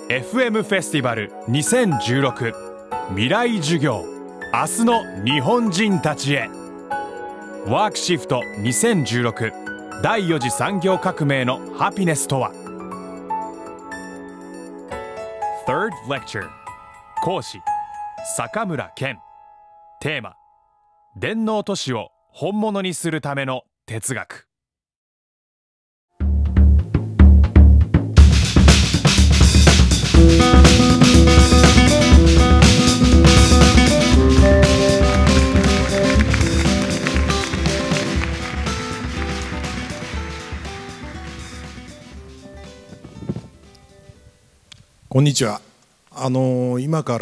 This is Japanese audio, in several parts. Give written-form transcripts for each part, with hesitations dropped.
FM フェスティバル2016未来授業、明日の日本人たちへ。ワークシフト2016第4次産業革命のハピネスとは。 Third Lecture 講師坂村健。テーマ、電脳都市を本物にするための哲学。 こんにちは。今から、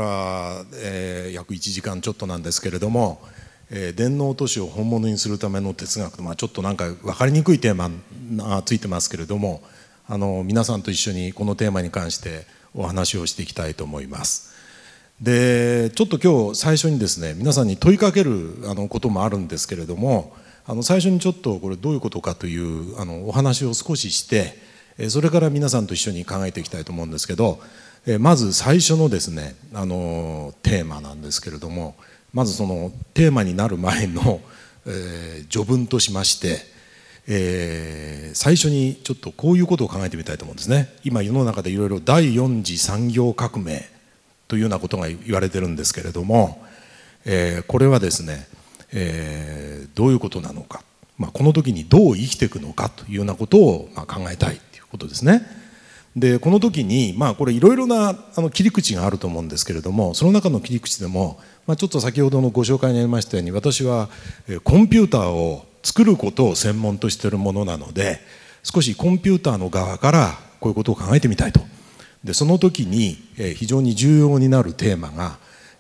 約1時間ちょっとなんですけれども、電脳都市を本物にするための哲学、ちょっとなんか分かりにくいテーマがついてますけれども、皆さんと一緒にこのテーマに関してお話をしていきたいと思います。で、ちょっと今日最初にですね、皆さんに問いかけることもあるんですけれども、最初にちょっとこれどういうことかというお話を少しして、それから皆さんと一緒に考えていきたいと思うんですけど、まず最初のですねテーマなんですけれども、まずそのテーマになる前の、序文としまして、最初にちょっとこういうことを考えてみたいと思うんですね。今世の中でいろいろ第4次産業革命というようなことが言われてるんですけれども、これはですね、どういうことなのか、この時にどう生きていくのかというようなことを考えたいということですね。でこの時にこれいろいろな切り口があると思うんですけれども、その中の切り口でも、ちょっと先ほどのご紹介にありましたように、私はコンピューターを作ることを専門としているものなので、少しコンピューターの側からこういうことを考えてみたいと。でその時に非常に重要になるテーマが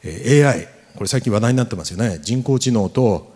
AI、 これ最近話題になってますよね。人工知能と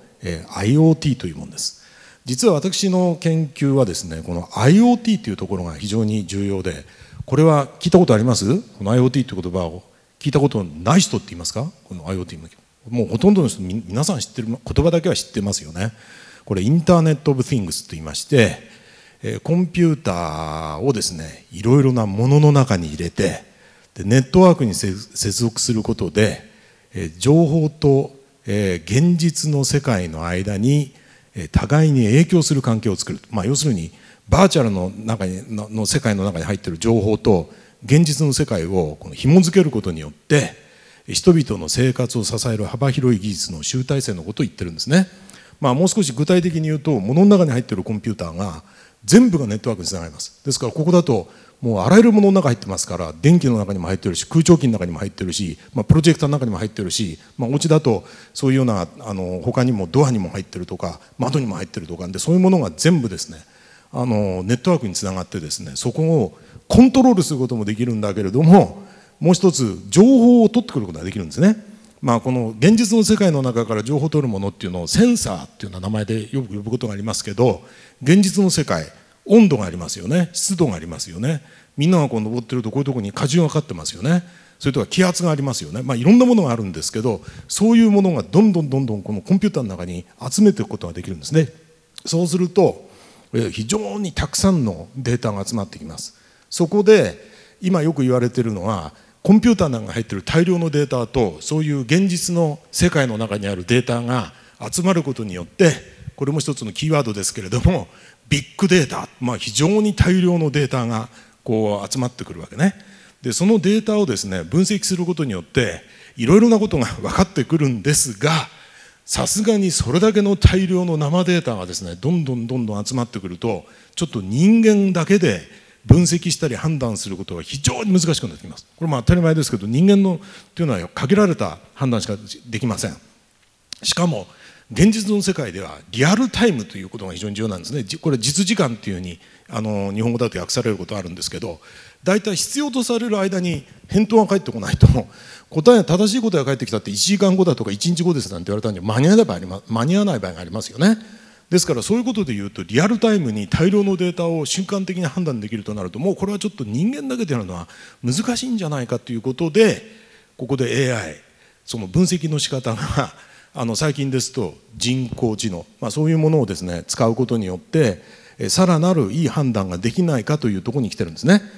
IoT というものです。実は私の研究はですね、この IoT というところが非常に重要で、これは聞いたことあります？この IoT という言葉を聞いたことない人って言いますか？この IoT もうほとんどの人、皆さん知ってる言葉だけは知ってますよね。これインターネット・オブ・シングスと言いまして、コンピューターをですね、いろいろなものの中に入れて、でネットワークに接続することで、情報と、現実の世界の間に互いに影響する関係を作る。要するにバーチャルの中の世界の中に入っている情報と現実の世界をこの紐付けることによって人々の生活を支える幅広い技術の集大成のことを言ってるんですね。もう少し具体的に言うと、物の中に入っているコンピューターが全部がネットワークにつながります。ですからここだともうあらゆるものの中に入ってますから、電気の中にも入ってるし、空調機の中にも入ってるし、プロジェクターの中にも入ってるし、お家だとそういうような他にもドアにも入ってるとか窓にも入ってるとかで、そういうものが全部ですねネットワークにつながってですね、そこをコントロールすることもできるんだけれども、もう一つ情報を取ってくることができるんですね。この現実の世界の中から情報を取るものっていうのをセンサーっていうような名前でよく呼ぶことがありますけど、現実の世界、温度がありますよね、湿度がありますよね、みんながこう登ってるとこういうところに荷重がかかってますよね、それとか気圧がありますよね。いろんなものがあるんですけど、そういうものがどんどんこのコンピューターの中に集めていくことができるんですね。そうすると非常にたくさんのデータが集まってきます。そこで今よく言われているのは、コンピューターなんか入っている大量のデータと、そういう現実の世界の中にあるデータが集まることによって、これも一つのキーワードですけれども、ビッグデータ、非常に大量のデータがこう集まってくるわけね。でそのデータをですね分析することによっていろいろなことが分かってくるんですが、さすがにそれだけの大量の生データがですねどんどん集まってくると、ちょっと人間だけで分析したり判断することが非常に難しくなってきます。これ当たり前ですけど、人間のというのは限られた判断しかできません。しかも現実の世界ではリアルタイムということが非常に重要なんですね。これ実時間というふうに日本語だと訳されることがあるんですけど、大体必要とされる間に返答が返ってこないと、正しい答えが返ってきたって1時間後だとか1日後ですなんて言われたんで間に合わない場合がありますよね。ですからそういうことでいうと、リアルタイムに大量のデータを瞬間的に判断できるとなると、もうこれはちょっと人間だけでやるのは難しいんじゃないかということで、ここで AI、 その分析の仕方が最近ですと人工知能、そういうものをですね使うことによってさらなるいい判断ができないかというところに来てるんですね。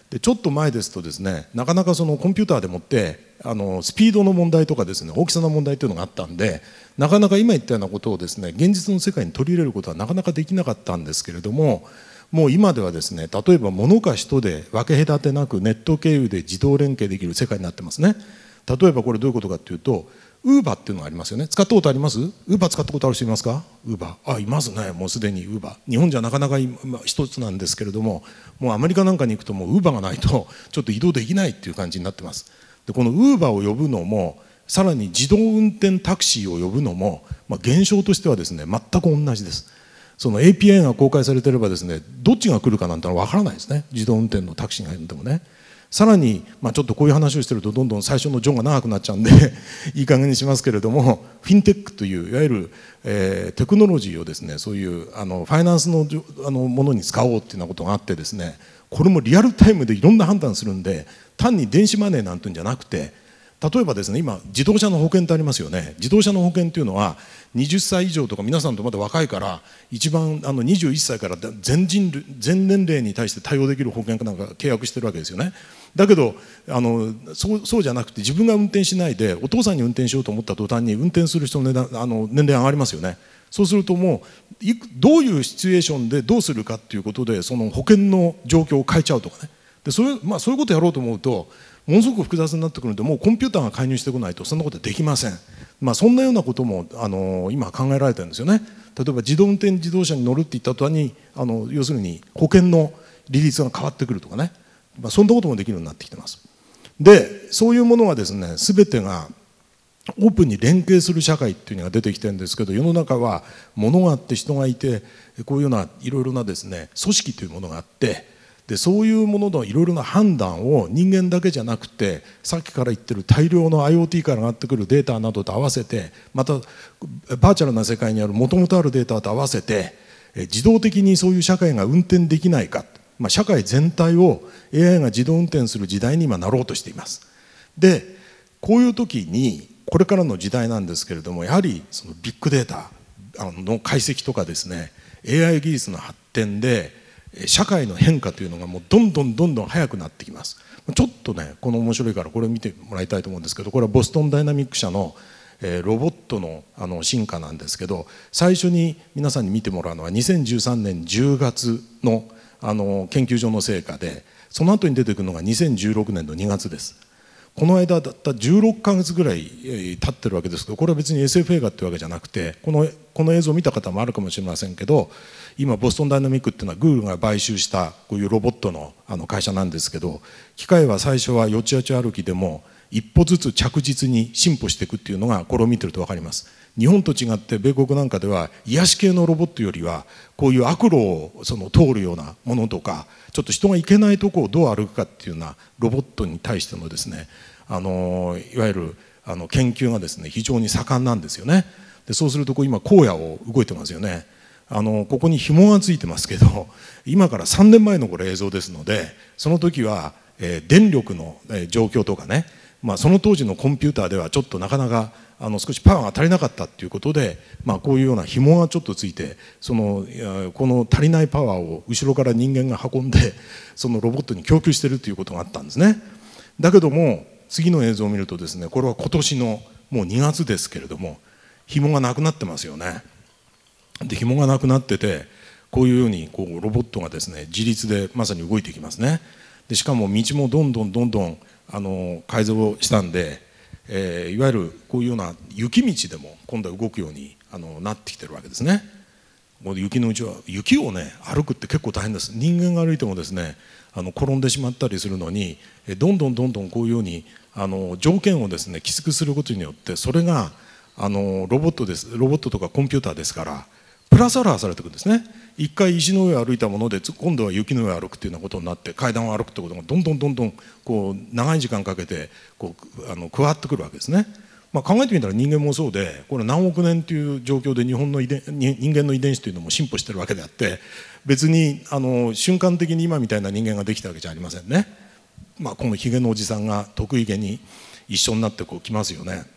でちょっと前ですとですね、なかなかそのコンピューターでもってスピードの問題とかですね、大きさの問題というのがあったんで、なかなか今言ったようなことをですね、現実の世界に取り入れることはなかなかできなかったんですけれども、もう今ではですね、例えば物か人で分け隔てなくネット経由で自動連携できる世界になってますね。例えばこれどういうことかというと、ウーバーっていうのがありますよね。使ったことあります？ウーバー使ったことある人いますか？ウーバー、いますね。もうすでにウーバー、日本じゃなかなか一つなんですけれども、もうアメリカなんかに行くともうウーバーがないとちょっと移動できないっていう感じになってます。でこのウーバーを呼ぶのも、さらに自動運転タクシーを呼ぶのも、現象としてはですね、全く同じです。その API が公開されていればですね、どっちが来るかなんてのは分からないですね。自動運転のタクシーが呼んでもね。さらに、ちょっとこういう話をしてるとどんどん最初のジョンが長くなっちゃうんでいい加減にしますけれども、フィンテックといういわゆる、テクノロジーをですね、そういうファイナンスのものに使おうっていうようなことがあってですね、これもリアルタイムでいろんな判断するんで、単に電子マネーなんていうんじゃなくて、例えばですね、今自動車の保険ってありますよね。自動車の保険っていうのは20歳以上とか、皆さんとまだ若いから一番21歳から全年齢に対して対応できる保険かなんか契約してるわけですよね。だけどそうじゃなくて、自分が運転しないでお父さんに運転しようと思った途端に運転する人の年齢上がりますよね。そうするともうどういうシチュエーションでどうするかっていうことで、その保険の状況を変えちゃうとかね。でそういうことをやろうと思うとものすごく複雑になってくるので、もうコンピューターが介入してこないとそんなことはできません。そんなようなことも今考えられてるんですよね。例えば自動運転自動車に乗るって言った途端に要するに保険の利率が変わってくるとかね、そんなこともできるようになってきてます。でそういうものがですね、全てがオープンに連携する社会っていうのが出てきてるんですけど、世の中は物があって人がいて、こういうようないろいろなですね組織というものがあって、でそういうもののいろいろな判断を人間だけじゃなくて、さっきから言ってる大量の IoT から上がってくるデータなどと合わせて、またバーチャルな世界にあるもともとあるデータと合わせて、自動的にそういう社会が運転できないか、社会全体を AI が自動運転する時代に今なろうとしています。でこういう時にこれからの時代なんですけれども、やはりそのビッグデータの解析とかですね、 AI 技術の発展で社会の変化というのがもうどんどん早くなってきます。ちょっとね、この面白いからこれを見てもらいたいと思うんですけど、これはボストンダイナミック社のロボットの進化なんですけど、最初に皆さんに見てもらうのは2013年10月の研究所の成果で、その後に出てくるのが2016年の2月です。この間だった16ヶ月ぐらい経ってるわけですけど、これは別に SF 映画ってわけじゃなくて、この映像を見た方もあるかもしれませんけど、今ボストンダイナミックっていうのはグーグルが買収したこういうロボットの会社なんですけど、機械は最初はよちよち歩きでも一歩ずつ着実に進歩していくっていうのが、これを見てると分かります。日本と違って米国なんかでは癒し系のロボットよりはこういう悪路を通るようなものとか、ちょっと人が行けないとこをどう歩くかっていうようなロボットに対してのですね、いわゆる研究がですね非常に盛んなんですよね。でそうすると今荒野を動いてますよね。ここに紐がついてますけど、今から3年前のこれ映像ですので、その時は、電力の状況とかね、その当時のコンピューターではちょっとなかなか少しパワーが足りなかったっていうことで、こういうような紐がちょっとついて、この足りないパワーを後ろから人間が運んでそのロボットに供給してるということがあったんですね。だけども次の映像を見るとですね、これは今年のもう2月ですけれども、紐がなくなってますよね。で紐がなくなってて、こういうようにロボットがですね自立でまさに動いていきますね。でしかも道もどんどん改造したんで、いわゆるこういうような雪道でも今度は動くようになってきてるわけですね。雪のうちは雪をね歩くって結構大変です。人間が歩いてもですね転んでしまったりするのに、どんどんこういうように条件をですねきつくすることによって、それがロボットとかコンピューターですからプラスアルファされていくんですね。一回石の上を歩いたもので今度は雪の上を歩くっていうようなことになって、階段を歩くってことがどんどんこう長い時間かけて加わってくるわけですね。考えてみたら人間もそうで、これ何億年という状況で人間の遺伝子というのも進歩してるわけであって、別に瞬間的に今みたいな人間ができたわけじゃありませんね。このひげのおじさんが得意げに一緒になって来ますよね。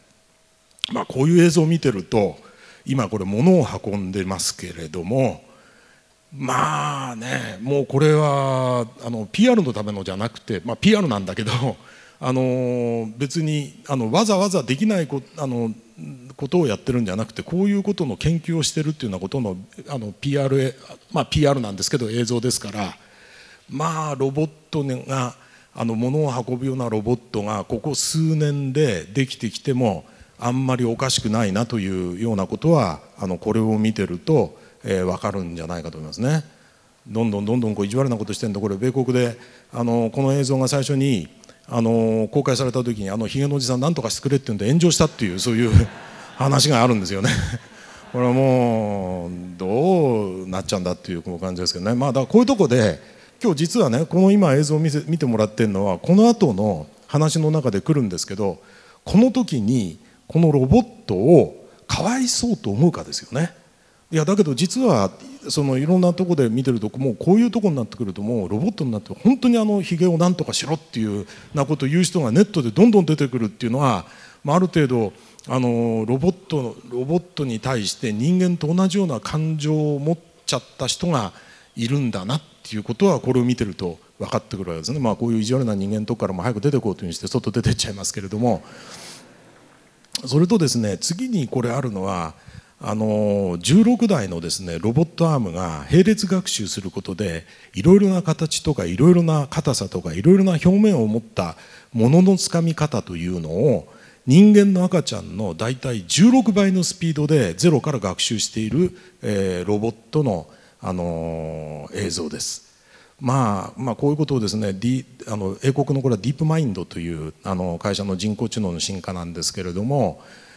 こういう映像を見てると、今これ物を運んでますけれども、 まあね、もうこれはPR のためのじゃなくて、PR なんだけど別にわざわざできないことをやってるんじゃなくて、こういうことの研究をしてるっていうようなことのPR なんですけど映像ですから、ロボットが物を運ぶようなロボットがここ数年でできてきてもあんまりおかしくないなというようなことはこれを見てると分かるんじゃないかと思いますね。どんどんこう意地悪なことしてるんで、これ米国でこの映像が最初に公開された時にヒゲのおじさん何とかしてくれって言うんで炎上したっていう、そういう話があるんですよね。これはもうどうなっちゃうんだっていう感じですけどね。だからこういうとこで今日実はね、この今映像を見てもらってるのはこの後の話の中で来るんですけど、この時にこのロボットをかわいそうと思うかですよね。いやだけど実はいろんなところで見てると、もうこういうところになってくると、もうロボットになって本当にヒゲをなんとかしろっていうなことを言う人がネットでどんどん出てくるっていうのは、ある程度ロボットに対して人間と同じような感情を持っちゃった人がいるんだなっていうことは、これを見てると分かってくるわけですね。こういう意地悪な人間のとこからも早く出てこうというふうにして外出てっちゃいますけれども、それとですね、次にこれあるのは16台のですねロボットアームが並列学習することで、いろいろな形とかいろいろな硬さとかいろいろな表面を持ったもののつかみ方というのを人間の赤ちゃんのだいたい16倍のスピードでゼロから学習している、ロボットの、映像です。こういうことをですね、英国のこれはディープマインドという会社の人工知能の進化なんですけれども、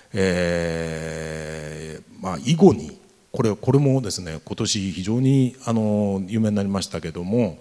以後にこれもですね今年非常に有名になりましたけども、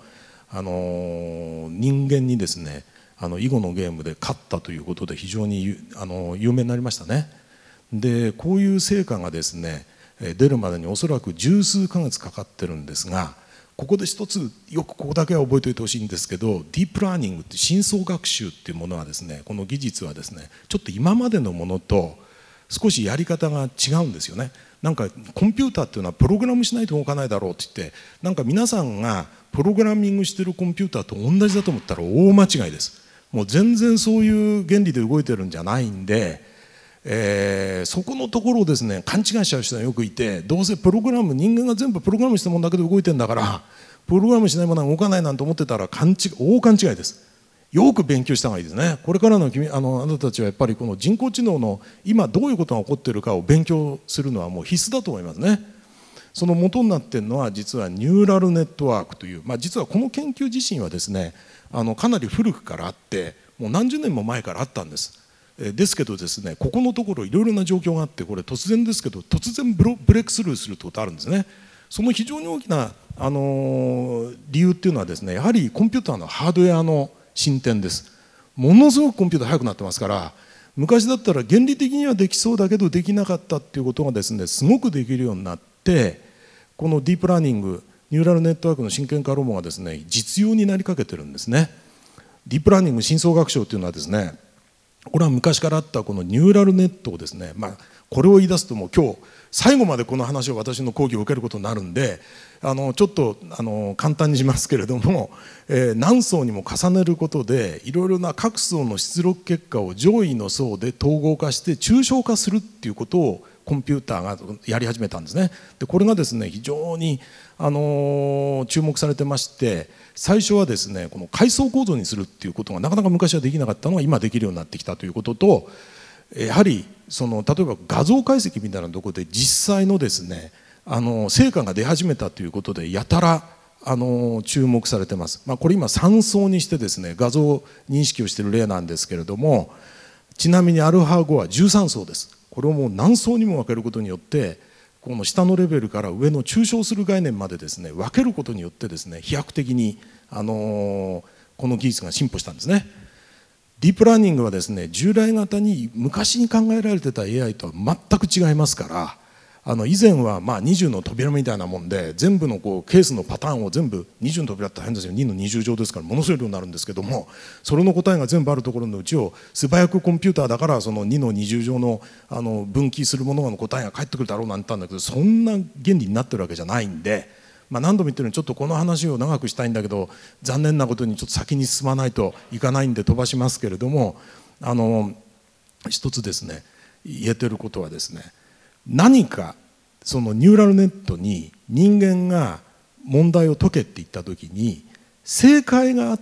人間にですね囲碁のゲームで勝ったということで非常に有名になりましたね。でこういう成果がですね出るまでにおそらく十数ヶ月かかってるんですが、ここで一つよくここだけは覚えておいてほしいんですけど、ディープラーニングって深層学習っていうものはですね、この技術はですねちょっと今までのものと少しやり方が違うんですよね。なんかコンピューターっていうのはプログラムしないと動かないだろうって言って、なんか皆さんがプログラミングしてるコンピューターと同じだと思ったら大間違いです。もう全然そういう原理で動いてるんじゃないんで、そこのところをですね勘違いしちゃう人がよくいて、どうせ人間が全部プログラムしたものだけで動いてるんだからプログラムしないものは動かないなんて思ってたら大勘違いです。よく勉強した方がいいですね。これからのあなたたちはやっぱりこの人工知能の今どういうことが起こっているかを勉強するのはもう必須だと思いますね。その元になっているのは実はニューラルネットワークという、実はこの研究自身はですねかなり古くからあって、もう何十年も前からあったんです。ですけどですね、ここのところいろいろな状況があって、これ突然ですけど突然ブレイクスルーするってことあるんですね。その非常に大きな、理由っていうのはですね、やはりコンピューターのハードウェアの進展です。ものすごくコンピューター速くなってますから、昔だったら原理的にはできそうだけどできなかったっていうことがですねすごくできるようになって、このディープラーニングニューラルネットワークの真剣化論文がですね実用になりかけてるんですね。ディープラーニング深層学習っていうのはですね、これは昔からあったこのニューラルネットをですね、これを言い出すともう今日最後までこの話を私の講義を受けることになるんでちょっと簡単にしますけれども、何層にも重ねることでいろいろな各層の出力結果を上位の層で統合化して抽象化するっていうことをコンピューターがやり始めたんですね。でこれがですね非常に注目されてまして、最初はですねこの階層構造にするっていうことがなかなか昔はできなかったのが今できるようになってきたということと、やはり例えば画像解析みたいなところで実際のですね成果が出始めたということでやたら注目されてます。これ今3層にしてですね画像認識をしている例なんですけれども、ちなみにアルファ5は13層です。これをもう何層にも分けることによってこの下のレベルから上の抽象する概念までですね分けることによってですね飛躍的にこの技術が進歩したんですね。ディープラーニングはですね従来型に昔に考えられてた AI とは全く違いますから、以前は20の扉みたいなもんで全部のこうケースのパターンを全部20の扉って大変ですよ。2の20乗ですからものすごい量になるんですけども、それの答えが全部あるところのうちを素早くコンピューターだからその2の20乗の分岐するものの答えが返ってくるだろうなんて言ったんだけど、そんな原理になってるわけじゃないんで、 何度も言ってるようにちょっとこの話を長くしたいんだけど、残念なことにちょっと先に進まないといかないんで飛ばしますけれども、一つですね言えてることはですね、何かそのニューラルネットに人間が問題を解けって言った時に正解があって、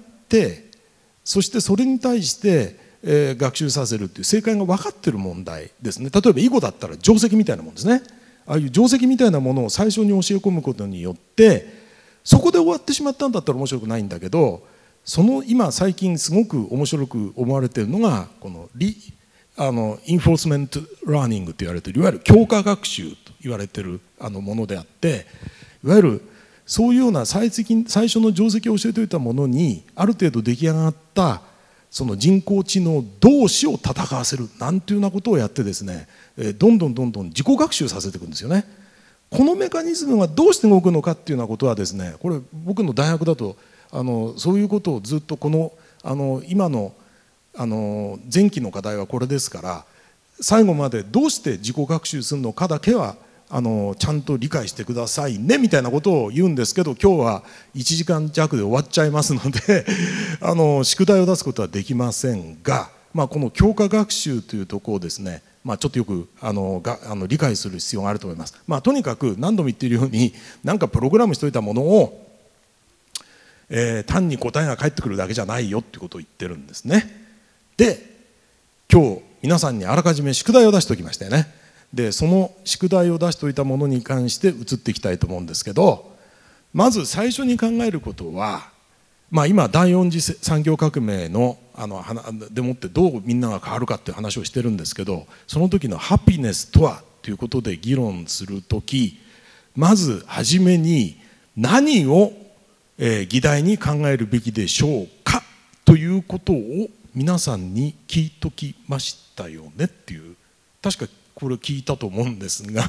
そしてそれに対して学習させるっていう正解が分かってる問題ですね。例えば囲碁だったら定石みたいなもんですね。ああいう定石みたいなものを最初に教え込むことによって、そこで終わってしまったんだったら面白くないんだけど、その今最近すごく面白く思われているのがこのインフォースメントラーニングと言われている、いわゆる強化学習と言われているものであって、いわゆるそういうような最初の定石を教えておいたものにある程度出来上がったその人工知能同士を戦わせるなんていうようなことをやってですね、どんどん自己学習させていくんですよね。このメカニズムがどうして動くのかっていうようなことはですね、これ僕の大学だとそういうことをずっとこの今の前期の課題はこれですから、最後までどうして自己学習するのかだけはちゃんと理解してくださいねみたいなことを言うんですけど、今日は1時間弱で終わっちゃいますので宿題を出すことはできませんが、この強化学習というところをですね、ちょっとよく理解する必要があると思います。とにかく何度も言っているように、なんかプログラムしておいたものを、単に答えが返ってくるだけじゃないよっていうことを言ってるんですね。で、今日皆さんにあらかじめ宿題を出しておきましたよね。でその宿題を出しておいたものに関して移っていきたいと思うんですけど、まず最初に考えることは、今第4次産業革命のでもってどうみんなが変わるかっていう話をしてるんですけど、その時のハピネスとはということで議論する時、まず初めに何を議題に考えるべきでしょうかということを皆さんに聞いときましたよねっていう、確かこれ聞いたと思うんですが、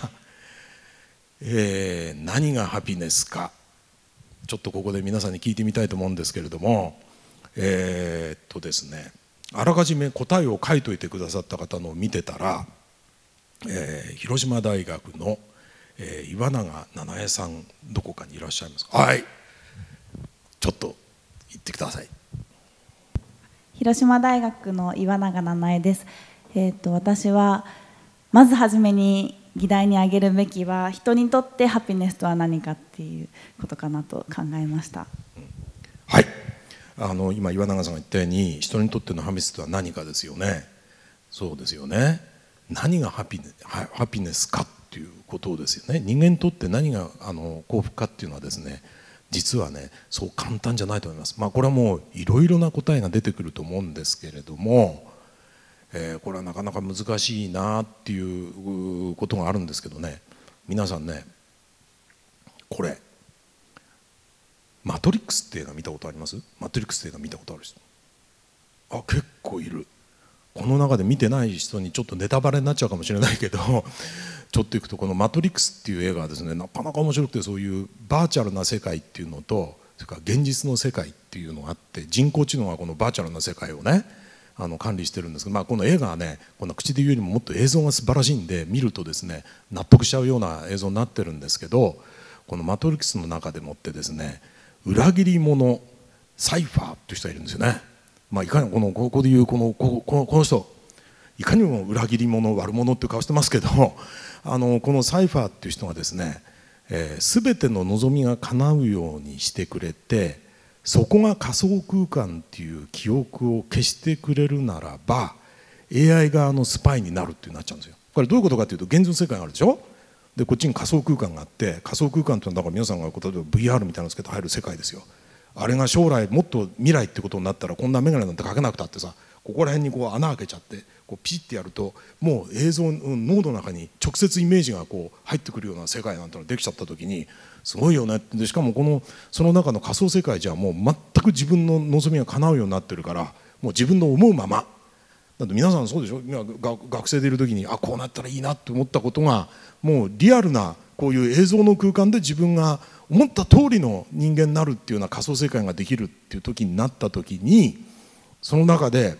何がハピネスかちょっとここで皆さんに聞いてみたいと思うんですけれども、ですね、あらかじめ答えを書いといてくださった方のを見てたら、広島大学の、岩永七重さん、どこかにいらっしゃいますか。はい、ちょっと言ってください。 広島大学の岩永七重です。私はまずはじめに議題に挙げるべきは、人にとってハピネスとは何かっていうことかなと考えました。 はい、今岩永さんが言ったように、人にとってのハピネスとは何かですよね。そうですよね。何がハピネスかっていうことですよね。人間にとって何が幸福かっていうのはですね、実はね、そう簡単じゃないと思います。これはもういろいろな答えが出てくると思うんですけれども、これはなかなか難しいなっていうことがあるんですけどね、皆さんね、これマトリックスって映画見たことあります？マトリックスって映画見たことある人？結構いる。この中で見てない人にちょっとネタバレになっちゃうかもしれないけどちょっといくと、このマトリックスっていう映画はですね、なかなか面白くて、そういうバーチャルな世界っていうのと、それから現実の世界っていうのがあって、人工知能がこのバーチャルな世界をね管理してるんですけど、この映画はね、こんな口で言うよりももっと映像が素晴らしいんで、見るとですね納得しちゃうような映像になってるんですけど、このマトリックスの中でもってですね、裏切り者サイファーっていう人がいるんですよね。いかにここでいうこの人、いかにも裏切り者悪者っていう顔してますけどこのサイファーっていう人がですね、全ての望みが叶うようにしてくれて、そこが仮想空間っていう記憶を消してくれるならば AI 側のスパイになるってなっちゃうんですよ。これどういうことかというと、現実の世界があるでしょ。でこっちに仮想空間があって、仮想空間っていうのはだから皆さんが例えば VR みたいなのつけて入る世界ですよ。あれが将来もっと未来ってことになったら、こんな眼鏡なんてかけなくたってさ、ここら辺に穴開けちゃってピシッてやると、もう映像脳の中に直接イメージが入ってくるような世界なんてのができちゃった時にすごいよね。でしかもその中の仮想世界じゃもう全く自分の望みが叶うようになってるから、もう自分の思うままだって。皆さんそうでしょ。今学生でいる時にこうなったらいいなって思ったことが、もうリアルなこういう映像の空間で自分が思った通りの人間になるっていうような仮想世界ができるっていう時になった時に、その中で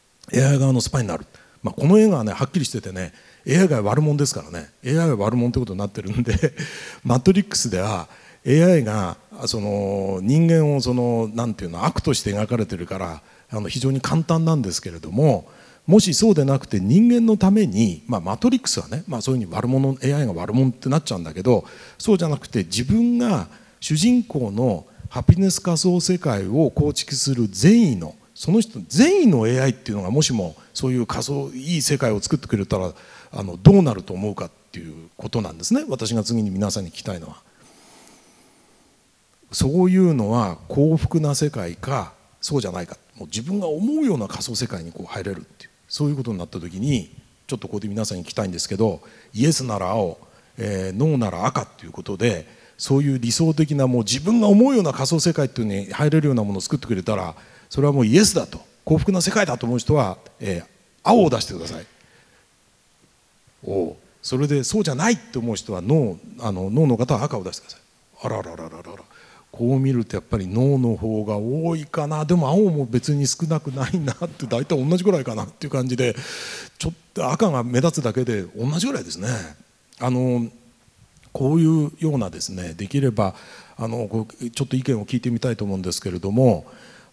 AI 側のスパイになる。この映画はね、はっきりしててね、AI が悪者ですからね、AI が悪者ってことになってるんでマトリックスでは AI がその人間をそのなんていうの悪として描かれてるから非常に簡単なんですけれども、もしそうでなくて人間のために、マトリックスはね、そういうふうに悪者 AI が悪者ってなっちゃうんだけど、そうじゃなくて自分が主人公のハピネス仮想世界を構築する善意のその人善意の AI っていうのがもしもそういう仮想いい世界を作ってくれたらどうなると思うかっていうことなんですね。私が次に皆さんに聞きたいのは、そういうのは幸福な世界かそうじゃないか、もう自分が思うような仮想世界にこう入れるっていう、そういうことになった時にちょっとここで皆さんに聞きたいんですけど、イエスなら青、ノーなら赤っていうことで、そういう理想的なもう自分が思うような仮想世界っていうのに入れるようなものを作ってくれたら、それはもうイエスだと、幸福な世界だと思う人は、青を出してください。それでそうじゃないって思う人はノーの方は赤を出してください。あらららららら、こう見るとやっぱりノーの方が多いかな、でも青も別に少なくないなって、大体同じぐらいかなっていう感じで、ちょっと赤が目立つだけで同じぐらいですね。こういうようなですね、できればちょっと意見を聞いてみたいと思うんですけれども、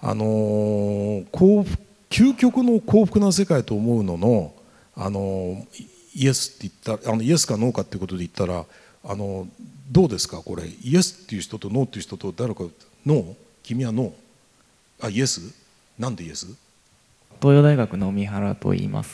究極の幸福な世界と思うののイエスって言ったらイエスかノーかっていうことで言ったらどうですか、これイエスっていう人とノーっていう人と誰かノー、君はノー、イエス、なんでイエス？ 東洋大学の三原と言います。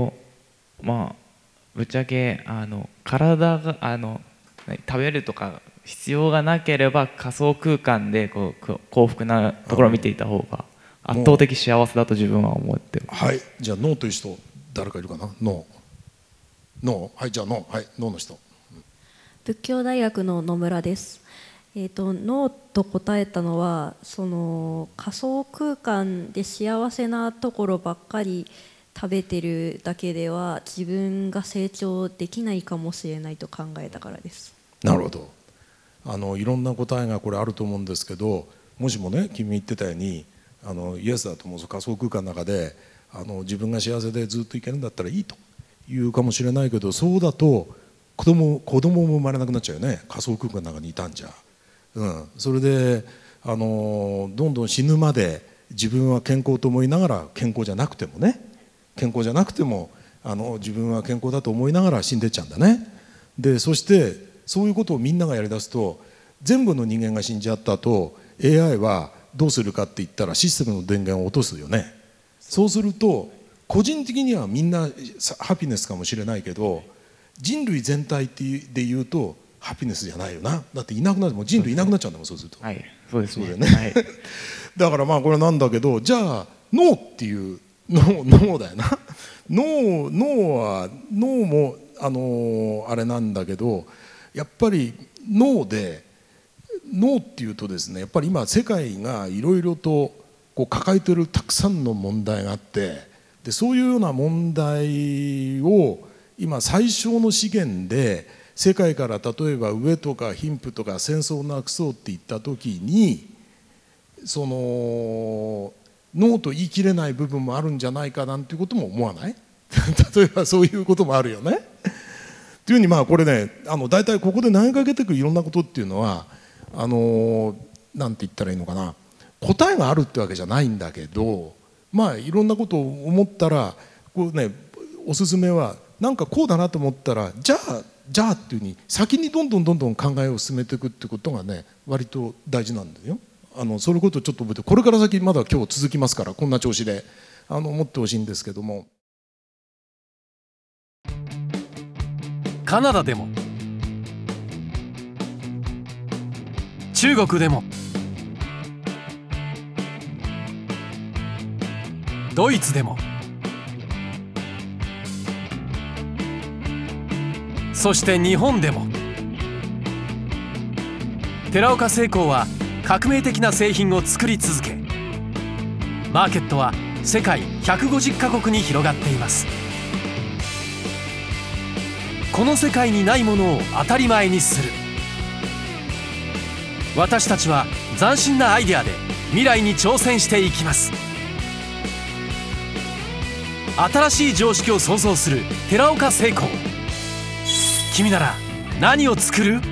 ぶっちゃけ体が食べるとか必要がなければ仮想空間で幸福なところを見ていた方が圧倒的幸せだと自分は思ってる。 はい、じゃあノーという人誰かいるかな。ノー、はい、じゃあノー、はい、ノーの人。 仏教大学の野村です。ノーと答えたのは、その仮想空間で幸せなところばっかり食べてるだけでは自分が成長できないかもしれないと考えたからです。 なるほど。いろんな答えがこれあると思うんですけど、もしもね君言ってたようにイエスだと思う仮想空間の中で自分が幸せでずっといけるんだったらいいと言うかもしれないけど、そうだと子供も生まれなくなっちゃうよね、仮想空間の中にいたんじゃ。それでどんどん死ぬまで自分は健康と思いながら健康じゃなくても自分は健康だと思いながら死んでっちゃうんだね。でそしてそういうことをみんながやりだすと、全部の人間が死んじゃった後 AI はどうするかって言ったらシステムの電源を落とすよね。そうすると個人的にはみんなハピネスかもしれないけど、人類全体で言うとハピネスじゃないよな。だっていなくなっても人類いなくなっちゃうんだもん、そうすると。 はい、そうですね。 そうだよね、はい、だからこれなんだけど、じゃあノーっていうノーだよな。ノーもあれなんだけど、やっぱりノーっていうとですね、やっぱり今世界がいろいろと抱えてるたくさんの問題があって、でそういうような問題を今最小の資源で世界から例えば飢えとか貧富とか戦争をなくそうって言った時に、そのノーと言い切れない部分もあるんじゃないかなんていうことも思わない？例えばそういうこともあるよね。というふうにこれね、大体ここで投げかけてくるいろんなことっていうのはなんて言ったらいいのかな、答えがあるってわけじゃないんだけど、いろんなことを思ったらおすすめはなんかこうだなと思ったらじゃあっていうふうに先にどんどん考えを進めていくってことがね割と大事なんだよ。そういうことをちょっと覚えて、これから先まだ今日続きますから、こんな調子で思ってほしいんですけども。 カナダでも中国でもドイツでも、そして日本でも、寺岡製鋼は革命的な製品を作り続け、マーケットは世界150カ国に広がっています。この世界にないものを当たり前にする。私たちは斬新なアイデアで未来に挑戦していきます。新しい常識を創造する寺岡製鋼。君なら何を作る？